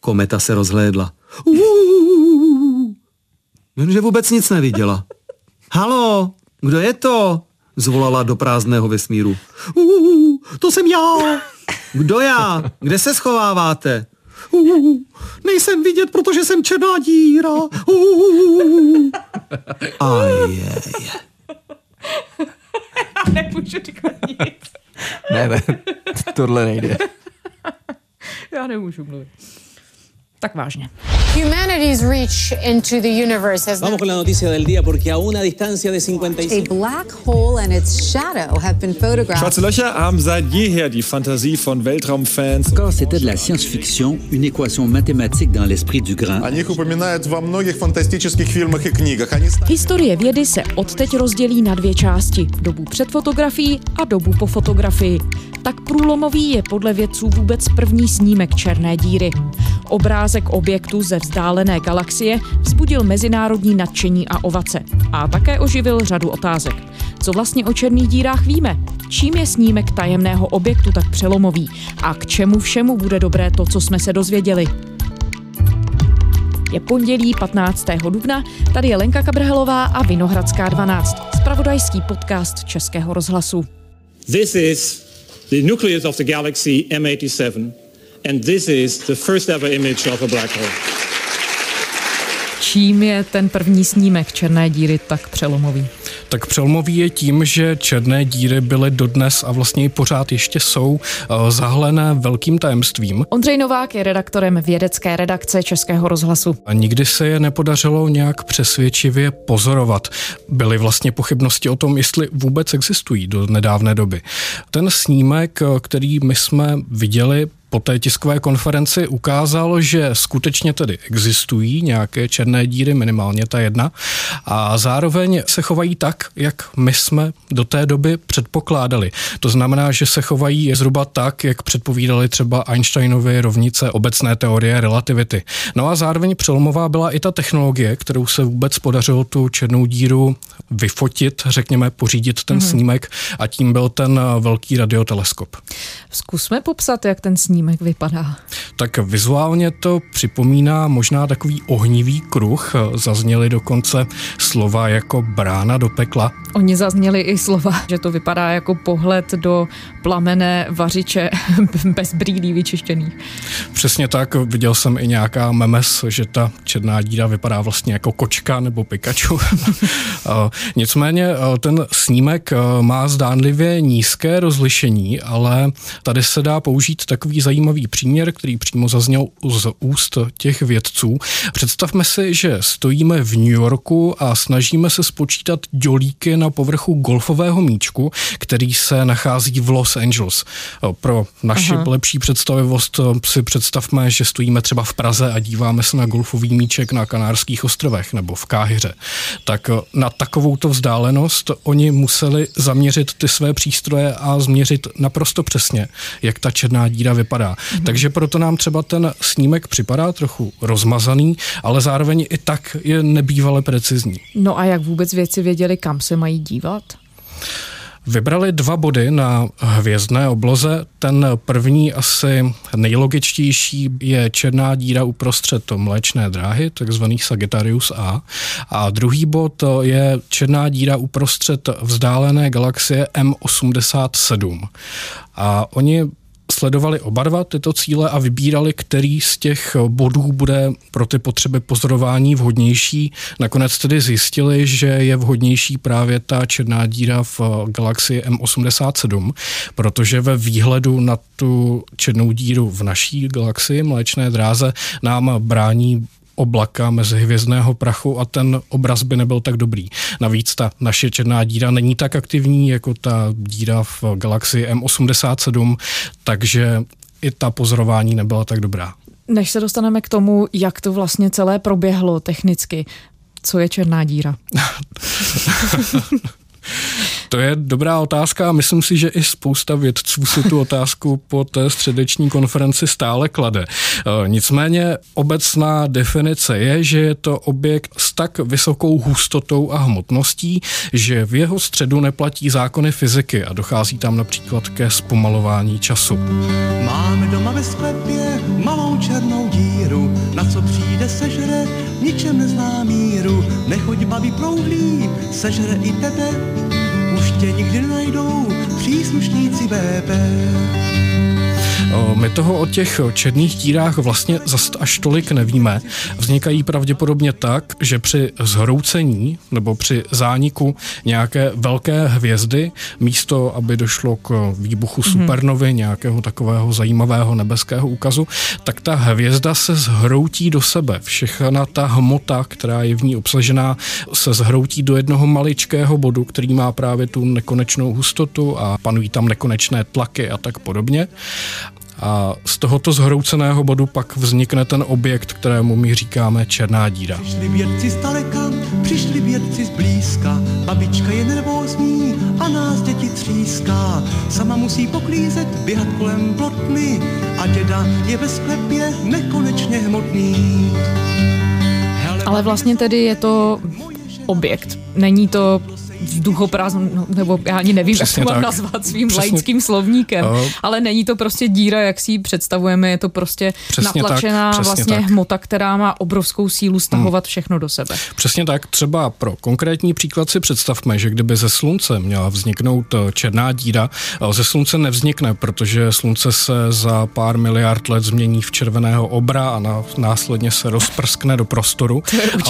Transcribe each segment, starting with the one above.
Kometa se rozhlédla. Jenže vůbec nic neviděla. Halo, kdo je to? Zvolala do prázdného vesmíru. To jsem já. Kdo já? Kde se schováváte? Nejsem vidět, protože jsem černá díra. Ajej. Já nemůžu říkat nic. Ne, tohle nejde. Já nemůžu mluvit. Tak vážně. Humanity's reach into the universe has Vamos con la noticia del día porque a una distancia de 55. A black hole and its shadow have been photographed. Schwarze Löcher haben seit jeher die Fantasie von Weltraumfans. Quand c'était de la science-fiction, une équation mathématique dans l'esprit du grand. О них упоминают во многих фантастических фильмах и книгах. Historie vědy se odteď rozdělí na dvě části. Dobu před fotografií a dobu po fotografii. Tak průlomový je podle vědců vůbec první snímek černé díry. Obrázek objektu ze vzdálené galaxie vzbudil mezinárodní nadšení a ovace. A také oživil řadu otázek. Co vlastně o černých dírách víme? Čím je snímek tajemného objektu tak přelomový? A k čemu všemu bude dobré to, co jsme se dozvěděli? Je pondělí 15. dubna, tady je Lenka Kabrhelová a Vinohradská 12, zpravodajský podcast Českého rozhlasu. This is the nucleus of the galaxy M87 and this is the first ever image of a black hole. Čím je ten první snímek černé díry tak přelomový? Tak přelomový je tím, že černé díry byly dodnes a vlastně i pořád ještě jsou zahalené velkým tajemstvím. Ondřej Novák je redaktorem vědecké redakce Českého rozhlasu. A nikdy se je nepodařilo nějak přesvědčivě pozorovat. Byly vlastně pochybnosti o tom, jestli vůbec existují do nedávné doby. Ten snímek, který my jsme viděli po té tiskové konferenci, ukázal, že skutečně tedy existují nějaké černé díry, minimálně ta jedna, a zároveň se chovají tak, jak my jsme do té doby předpokládali. To znamená, že se chovají zhruba tak, jak předpovídali třeba Einsteinovy rovnice obecné teorie relativity. No a zároveň přelomová byla i ta technologie, kterou se vůbec podařilo tu černou díru vyfotit, řekněme, pořídit ten snímek, a tím byl ten velký radioteleskop. Zkusme popsat, jak ten snímek vypadá. Tak vizuálně to připomíná možná takový ohnivý kruh. Zazněly dokonce slova jako brána do pekla. Oni zazněli i slova, že to vypadá jako pohled do plamené vařiče bez brýlí vyčištěných. Přesně tak, viděl jsem i nějaká memes, že ta černá díra vypadá vlastně jako kočka nebo Pikachu. Nicméně ten snímek má zdánlivě nízké rozlišení, ale tady se dá použít takový zajímavý příměr, který přímo zazněl z úst těch vědců. Představme si, že stojíme v New Yorku a snažíme se spočítat dělíky na povrchu golfového míčku, který se nachází v Los Angeles. Pro naši lepší představivost si představme, že stojíme třeba v Praze a díváme se na golfový míček na Kanárských ostrovech nebo v Káhiře. Tak na takovouto vzdálenost oni museli zaměřit ty své přístroje a změřit naprosto přesně, jak ta černá díra vypadá. Takže proto nám třeba ten snímek připadá trochu rozmazaný, ale zároveň i tak je nebývale precizní. No a jak vůbec vědci věděli, kam se mají dívat? Vybrali 2 body na hvězdné obloze. Ten první, asi nejlogičtější, je černá díra uprostřed Mléčné dráhy, takzvaný Sagittarius A. A druhý bod je černá díra uprostřed vzdálené galaxie M87. A oni sledovali oba dva tyto cíle a vybírali, který z těch bodů bude pro ty potřeby pozorování vhodnější. Nakonec tedy zjistili, že je vhodnější právě ta černá díra v galaxii M87, protože ve výhledu na tu černou díru v naší galaxii Mléčné dráze nám brání oblaka mezihvězdného prachu a ten obraz by nebyl tak dobrý. Navíc ta naše černá díra není tak aktivní jako ta díra v galaxii M87, takže i ta pozorování nebyla tak dobrá. Než se dostaneme k tomu, jak to vlastně celé proběhlo technicky, co je černá díra? To je dobrá otázka a myslím si, že i spousta vědců si tu otázku po té středeční konferenci stále klade. Nicméně obecná definice je, že je to objekt s tak vysokou hustotou a hmotností, že v jeho středu neplatí zákony fyziky a dochází tam například ke zpomalování času. Máme doma ve sklepě malou černou díru, na co přijde sežere, ničem nezná míru, nechoď babi prouhlí, sežere i tebe, už tě nikdy nenajdou příslušníci BP. My toho o těch černých dírách vlastně zas až tolik nevíme. Vznikají pravděpodobně tak, že při zhroucení nebo při zániku nějaké velké hvězdy, místo aby došlo k výbuchu supernovy, nějakého takového zajímavého nebeského úkazu, tak ta hvězda se zhroutí do sebe. Všechna ta hmota, která je v ní obsažená, se zhroutí do jednoho maličkého bodu, který má právě tu nekonečnou hustotu a panují tam nekonečné tlaky a tak podobně. A z tohoto zhrouceného bodu pak vznikne ten objekt, kterému my říkáme černá díra. Přišli vědci zdaleka, přišli vědci zblízka, babička je nervózní a nás děti tříská. Sama musí poklízet, běhat kolem plotny a děda je ve sklepě nekonečně hmotný. Ale vlastně tedy je to objekt. Není to vzduchoprázdno, nebo já ani nevím, jak to mám nazvat svým laickým slovníkem, ale není to prostě díra, jak si ji představujeme, je to prostě natlačená vlastně hmota, která má obrovskou sílu stahovat všechno do sebe. Přesně tak, třeba pro konkrétní příklad si představme, že kdyby ze Slunce měla vzniknout černá díra, ze Slunce nevznikne, protože Slunce se za pár miliard let změní v červeného obra a následně se rozprskne do prostoru.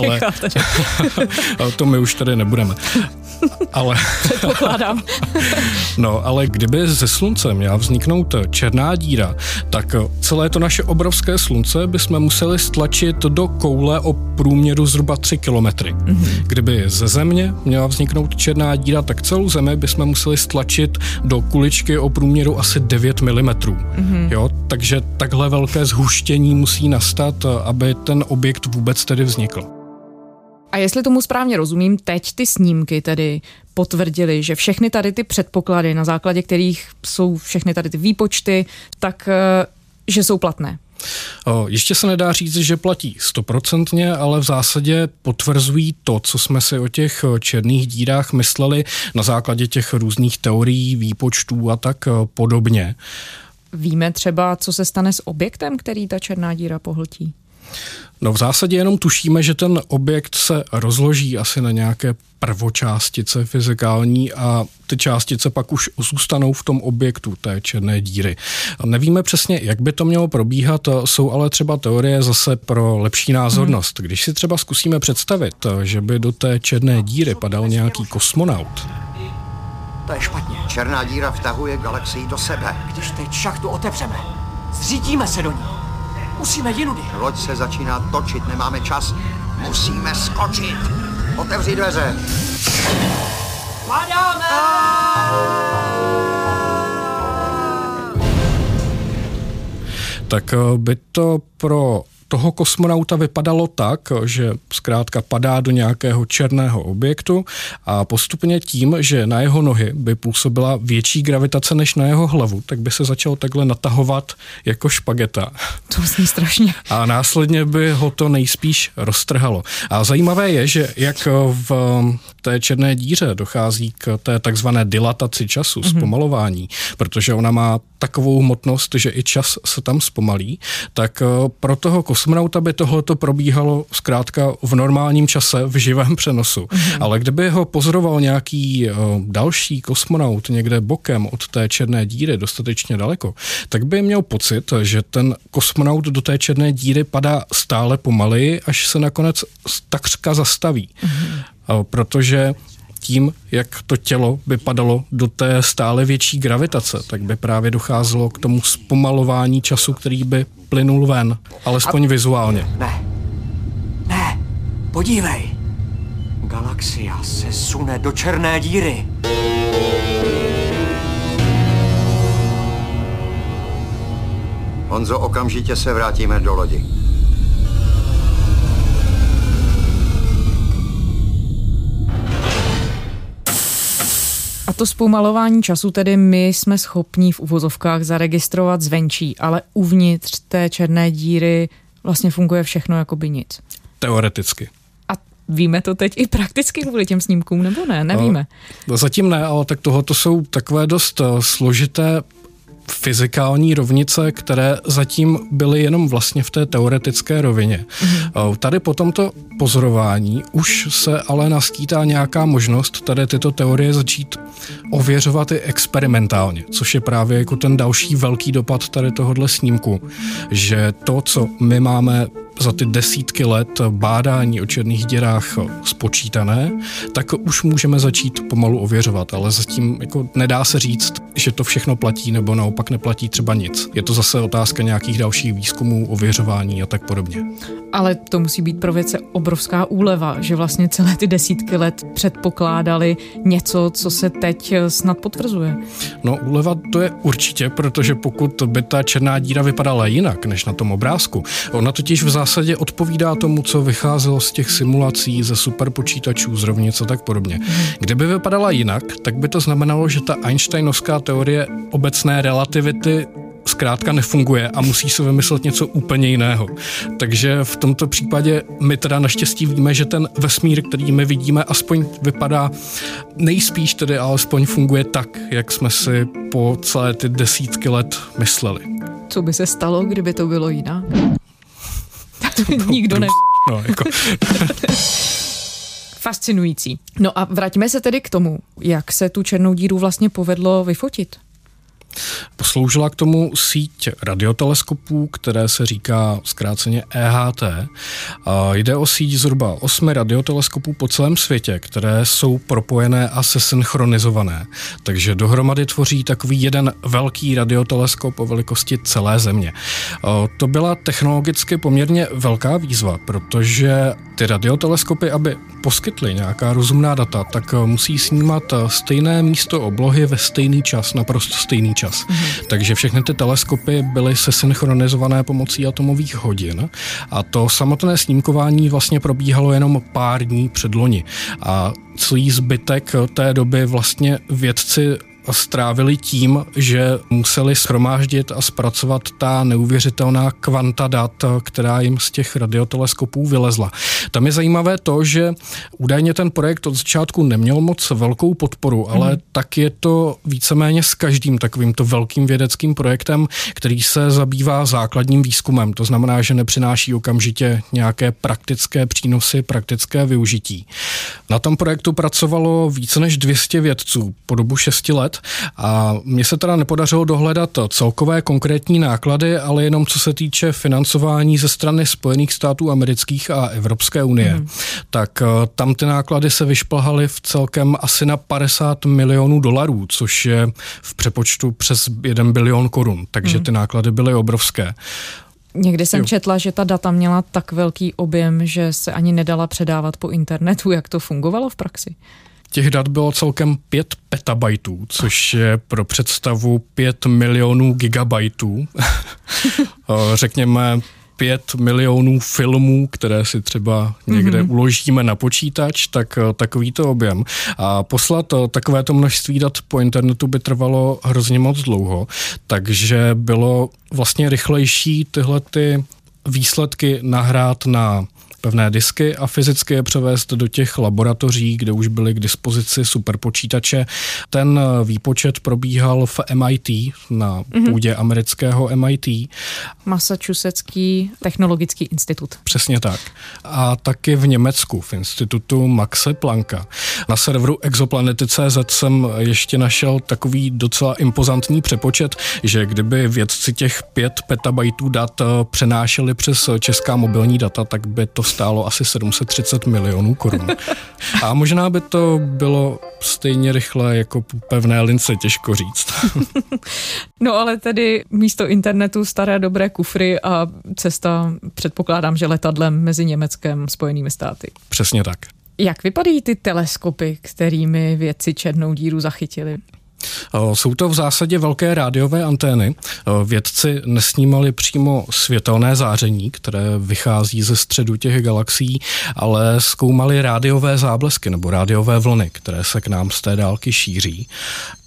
Ale to my už tady nebudeme. Ale předpokládám. No, ale kdyby ze Slunce měla vzniknout černá díra, tak celé to naše obrovské Slunce bychom museli stlačit do koule o průměru zhruba 3 kilometry. Kdyby ze Země měla vzniknout černá díra, tak celou Zemi bychom museli stlačit do kuličky o průměru asi 9 mm. Jo, takže takhle velké zhuštění musí nastat, aby ten objekt vůbec tedy vznikl. A jestli tomu správně rozumím, teď ty snímky tedy potvrdily, že všechny tady ty předpoklady, na základě kterých jsou všechny tady ty výpočty, tak že jsou platné. Ještě se nedá říct, že platí 100%, ale v zásadě potvrzují to, co jsme si o těch černých dírách mysleli na základě těch různých teorií, výpočtů a tak podobně. Víme třeba, co se stane s objektem, který ta černá díra pohltí? No v zásadě jenom tušíme, že ten objekt se rozloží asi na nějaké prvočástice fyzikální a ty částice pak už zůstanou v tom objektu té černé díry. Nevíme přesně, jak by to mělo probíhat, jsou ale třeba teorie zase pro lepší názornost. Když si třeba zkusíme představit, že by do té černé díry padal nějaký kosmonaut. To je špatně. Černá díra vtahuje galaxii do sebe. Když teď šachtu otevřeme, zřítíme se do ní. Musíme jinudy. Loď se začíná točit, nemáme čas. Musíme skočit. Otevři dveře. Padáme! Tak by to pro toho kosmonauta vypadalo tak, že zkrátka padá do nějakého černého objektu a postupně tím, že na jeho nohy by působila větší gravitace než na jeho hlavu, tak by se začal takhle natahovat jako špageta. To zní strašně. A následně by ho to nejspíš roztrhalo. A zajímavé je, že jak v té černé díře dochází k té takzvané dilataci času, zpomalování, protože ona má takovou hmotnost, že i čas se tam zpomalí, tak pro toho kosmonauta by tohleto probíhalo zkrátka v normálním čase, v živém přenosu. Ale kdyby ho pozoroval nějaký další kosmonaut někde bokem od té černé díry dostatečně daleko, tak by měl pocit, že ten kosmonaut do té černé díry padá stále pomaleji, až se nakonec takřka zastaví. Protože tím, jak to tělo by padalo do té stále větší gravitace, tak by právě docházelo k tomu zpomalování času, který by plynul ven, alespoň vizuálně. Ne, podívej. Galaxia se sune do černé díry. Honzo, okamžitě se vrátíme do lodi. A to zpomalování času tedy my jsme schopni v uvozovkách zaregistrovat zvenčí, ale uvnitř té černé díry vlastně funguje všechno jako by nic. Teoreticky. A víme to teď i prakticky kvůli těm snímkům, nebo ne? Nevíme. Zatím ne, ale tak tohoto jsou takové dost složité fyzikální rovnice, které zatím byly jenom vlastně v té teoretické rovině. Tady po tomto pozorování už se ale naskýtá nějaká možnost tady tyto teorie začít ověřovat i experimentálně, což je právě jako ten další velký dopad tady tohohle snímku, že to, co my máme za ty desítky let bádání o černých děrách spočítané, tak už můžeme začít pomalu ověřovat, ale zatím jako nedá se říct, že to všechno platí nebo naopak neplatí třeba nic. Je to zase otázka nějakých dalších výzkumů, ověřování a tak podobně. Ale to musí být pro vědce obrovská úleva, že vlastně celé ty desítky let předpokládali něco, co se teď snad potvrzuje. No úleva to je určitě, protože pokud by ta černá díra vypadala jinak než na tom obrázku, ona totiž v zásadě odpovídá tomu, co vycházelo z těch simulací, ze superpočítačů, z rovnic a tak podobně. Kdyby vypadala jinak, tak by to znamenalo, že ta einsteinovská teorie obecné relativity zkrátka nefunguje a musí se vymyslet něco úplně jiného. Takže v tomto případě my teda naštěstí víme, že ten vesmír, který my vidíme, aspoň vypadá nejspíš tedy alespoň funguje tak, jak jsme si po celé ty desítky let mysleli. Co by se stalo, kdyby to bylo jinak? Nikdo neví. No, jako. Fascinující. No a vraťme se tedy k tomu, jak se tu černou díru vlastně povedlo vyfotit. Posloužila k tomu síť radioteleskopů, které se říká zkráceně EHT. Jde o síť zhruba 8 radioteleskopů po celém světě, které jsou propojené a sesynchronizované. Takže dohromady tvoří takový jeden velký radioteleskop o velikosti celé Země. To byla technologicky poměrně velká výzva, protože ty radioteleskopy, aby poskytly nějaká rozumná data, tak musí snímat stejné místo oblohy ve stejný čas, naprosto stejný čas. Takže všechny ty teleskopy byly sesynchronizované pomocí atomových hodin a to samotné snímkování vlastně probíhalo jenom pár dní předloni. A celý zbytek té doby vlastně vědci strávili tím, že museli shromáždit a zpracovat ta neuvěřitelná kvanta dat, která jim z těch radioteleskopů vylezla. Tam je zajímavé to, že údajně ten projekt od začátku neměl moc velkou podporu, ale tak je to víceméně s každým takovýmto velkým vědeckým projektem, který se zabývá základním výzkumem. To znamená, že nepřináší okamžitě nějaké praktické přínosy, praktické využití. Na tom projektu pracovalo více než 200 vědců po dobu 6 let a mně se teda nepodařilo dohledat celkové konkrétní náklady, ale jenom co se týče financování ze strany Spojených států amerických a Evropské unie. Tak tam ty náklady se vyšplhaly v celkem asi na $50 milionů, což je v přepočtu přes 1 bilion korun, takže ty náklady byly obrovské. Někdy jsem četla, že ta data měla tak velký objem, že se ani nedala předávat po internetu. Jak to fungovalo v praxi? Těch dat bylo celkem 5 petabajtů, což je pro představu 5 milionů gigabajtů. Řekněme 5 milionů filmů, které si třeba někde uložíme na počítač, tak takovýto objem. A poslat takovéto množství dat po internetu by trvalo hrozně moc dlouho, takže bylo vlastně rychlejší tyhle ty výsledky nahrát na pevné disky a fyzicky je převést do těch laboratoří, kde už byly k dispozici superpočítače. Ten výpočet probíhal v MIT, na půdě amerického MIT. Massachusettský technologický institut. Přesně tak. A taky v Německu, v institutu Maxe Plancka. Na serveru exoplanety.cz jsem ještě našel takový docela impozantní přepočet, že kdyby vědci těch 5 petabajtů dat přenášeli přes česká mobilní data, tak by to stálo asi 730 milionů korun. A možná by to bylo stejně rychle jako pevné lince, těžko říct. No ale tedy místo internetu staré dobré kufry a cesta, předpokládám, že letadlem mezi Německem a Spojenými státy. Přesně tak. Jak vypadají ty teleskopy, kterými vědci černou díru zachytili? Jsou to v zásadě velké rádiové antény. Vědci nesnímali přímo světelné záření, které vychází ze středu těch galaxií, ale zkoumali rádiové záblesky nebo rádiové vlny, které se k nám z té dálky šíří.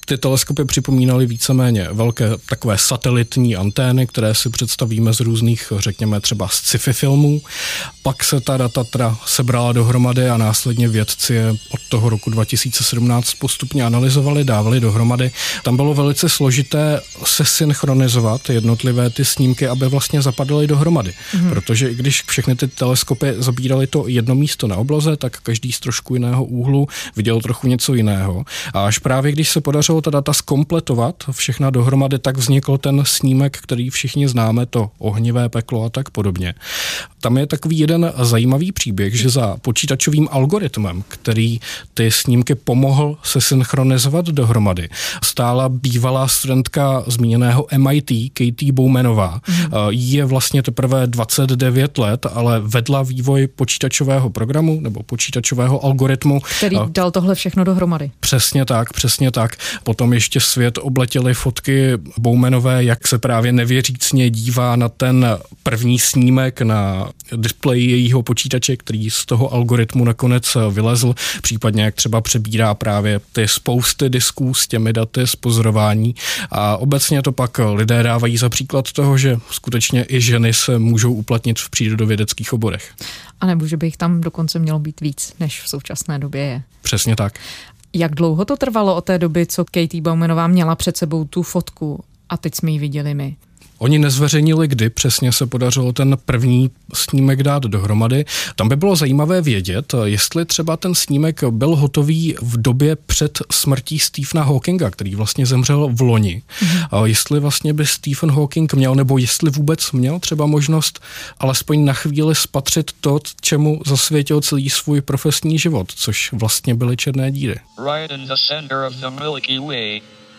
Ty teleskopy připomínaly víceméně velké takové satelitní antény, které si představíme z různých, řekněme třeba z sci-fi filmů. Pak se ta data teda sebrala dohromady a následně vědci je od toho roku 2017 postupně analyzovali, dávali dohromady. Tam bylo velice složité se synchronizovat jednotlivé ty snímky, aby vlastně zapadaly dohromady. Protože i když všechny ty teleskopy zabíraly to jedno místo na obloze, tak každý z trošku jiného úhlu viděl trochu něco jiného. A až právě když se podařilo ta data zkompletovat všechna dohromady, tak vznikl ten snímek, který všichni známe, to ohnivé peklo a tak podobně. Tam je takový jeden zajímavý příběh, že za počítačovým algoritmem, který ty snímky pomohl se synchronizovat dohromady, stála bývalá studentka zmíněného MIT, Katie Bowmanová. Jí je vlastně teprve 29 let, ale vedla vývoj počítačového programu nebo počítačového algoritmu. Který dal tohle všechno dohromady. Přesně tak. Potom ještě svět obletěly fotky Bowmanové, jak se právě nevěřícně dívá na ten první snímek na displeji jejího počítače, který z toho algoritmu nakonec vylezl, případně jak třeba přebírá právě ty spousty disků s těmi daty z pozorování. A obecně to pak lidé dávají za příklad toho, že skutečně i ženy se můžou uplatnit v přírodovědeckých oborech. A nebo že by jich tam dokonce mělo být víc, než v současné době je. Přesně tak. Jak dlouho to trvalo od té doby, co Katie Bowmanová měla před sebou tu fotku a teď jsme ji viděli my? Oni nezveřejnili, kdy přesně se podařilo ten první snímek dát dohromady. Tam by bylo zajímavé vědět, jestli třeba ten snímek byl hotový v době před smrtí Stephena Hawkinga, který vlastně zemřel v loni. Jestli vlastně by Stephen Hawking měl, nebo jestli vůbec měl třeba možnost alespoň na chvíli spatřit to, čemu zasvětil celý svůj profesní život, což vlastně byly černé díry. Right in the center of the Milky Way,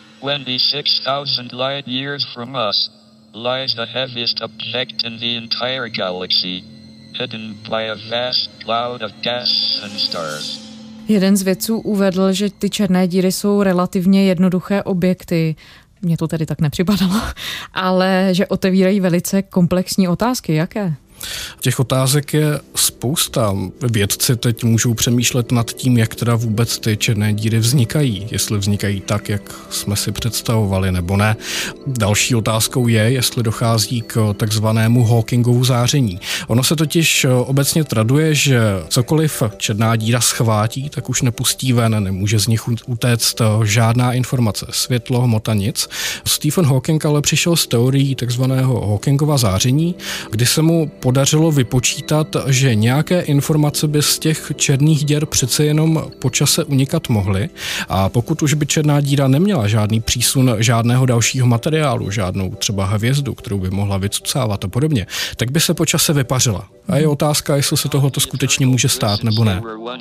26,000 light years from us, lies the heaviest object in the entire galaxy, hidden by a vast cloud of gas and stars. Jeden z vědců uvedl, že ty černé díry jsou relativně jednoduché objekty. Mně to tedy tak nepřipadalo, ale že otevírají velice komplexní otázky. Jaké? Těch otázek je spousta. Vědci teď můžou přemýšlet nad tím, jak teda vůbec ty černé díry vznikají. Jestli vznikají tak, jak jsme si představovali, nebo ne. Další otázkou je, jestli dochází k takzvanému Hawkingovu záření. Ono se totiž obecně traduje, že cokoliv černá díra schvátí, tak už nepustí ven, nemůže z nich utéct žádná informace. Světlo, hmota, nic. Stephen Hawking ale přišel s teorií takzvaného Hawkingova záření, kdy se mu podařilo vypočítat, že nějaké informace by z těch černých děr přece jenom po čase unikat mohly a pokud už by černá díra neměla žádný přísun žádného dalšího materiálu, žádnou třeba hvězdu, kterou by mohla vycucávat a podobně, tak by se po čase vypařila. A je otázka, jestli se tohoto skutečně může stát nebo ne.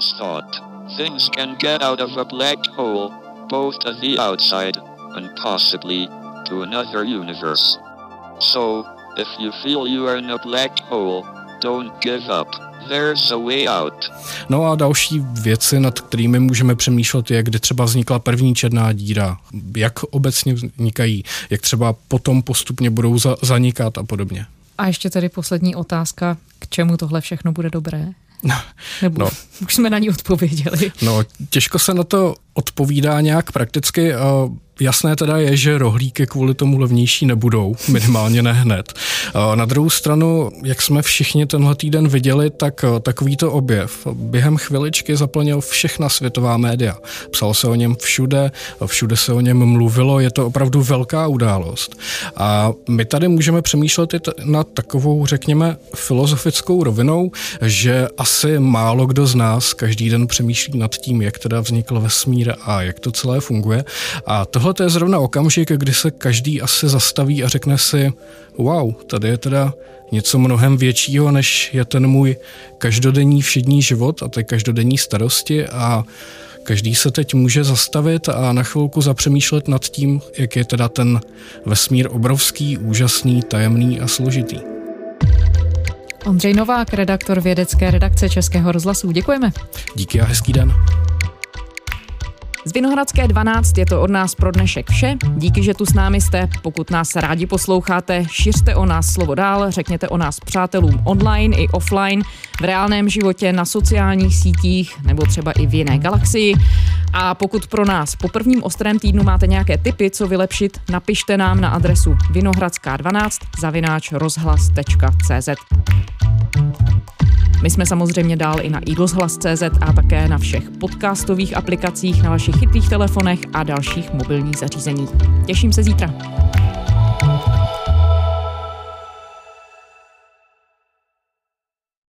Things can get out of a black hole, both to the outside and possibly to another universe. So, if you feel you are in a black hole, don't give up. There's a way out. No a další věci, nad kterými můžeme přemýšlet, je, kdy třeba vznikla první černá díra, jak obecně vznikají, jak třeba potom postupně budou zanikat a podobně. A ještě tedy poslední otázka, k čemu tohle všechno bude dobré? Nebo už jsme na ní odpověděli. No, těžko se na to odpovídá nějak prakticky. Jasné teda je, že rohlíky kvůli tomu levnější nebudou, minimálně ne hned. Na druhou stranu, jak jsme všichni tenhle týden viděli, tak takovýto objev během chviličky zaplnil všechna světová média. Psalo se o něm všude se o něm mluvilo, je to opravdu velká událost. A my tady můžeme přemýšlet i nad takovou, řekněme, filozofickou rovinou, že asi málo kdo z nás každý den přemýšlí nad tím, jak teda vznikl vesmír a jak to celé funguje. A tohle je zrovna okamžik, kdy se každý asi zastaví a řekne si, wow, tady je teda něco mnohem většího, než je ten můj každodenní všední život a ty každodenní starosti a každý se teď může zastavit a na chvilku zapřemýšlet nad tím, jak je teda ten vesmír obrovský, úžasný, tajemný a složitý. Ondřej Novák, redaktor vědecké redakce Českého rozhlasu. Děkujeme. Díky a hezký den. Z Vinohradské 12 je to od nás pro dnešek vše. Díky, že tu s námi jste. Pokud nás rádi posloucháte, šiřte o nás slovo dál, řekněte o nás přátelům online i offline, v reálném životě, na sociálních sítích nebo třeba i v jiné galaxii. A pokud pro nás po prvním ostrém týdnu máte nějaké tipy, co vylepšit, napište nám na adresu vinohradská12@rozhlas.cz. My jsme samozřejmě dál i na iRozhlas.cz a také na všech podcastových aplikacích, na vašich chytrých telefonech a dalších mobilních zařízeních. Těším se zítra.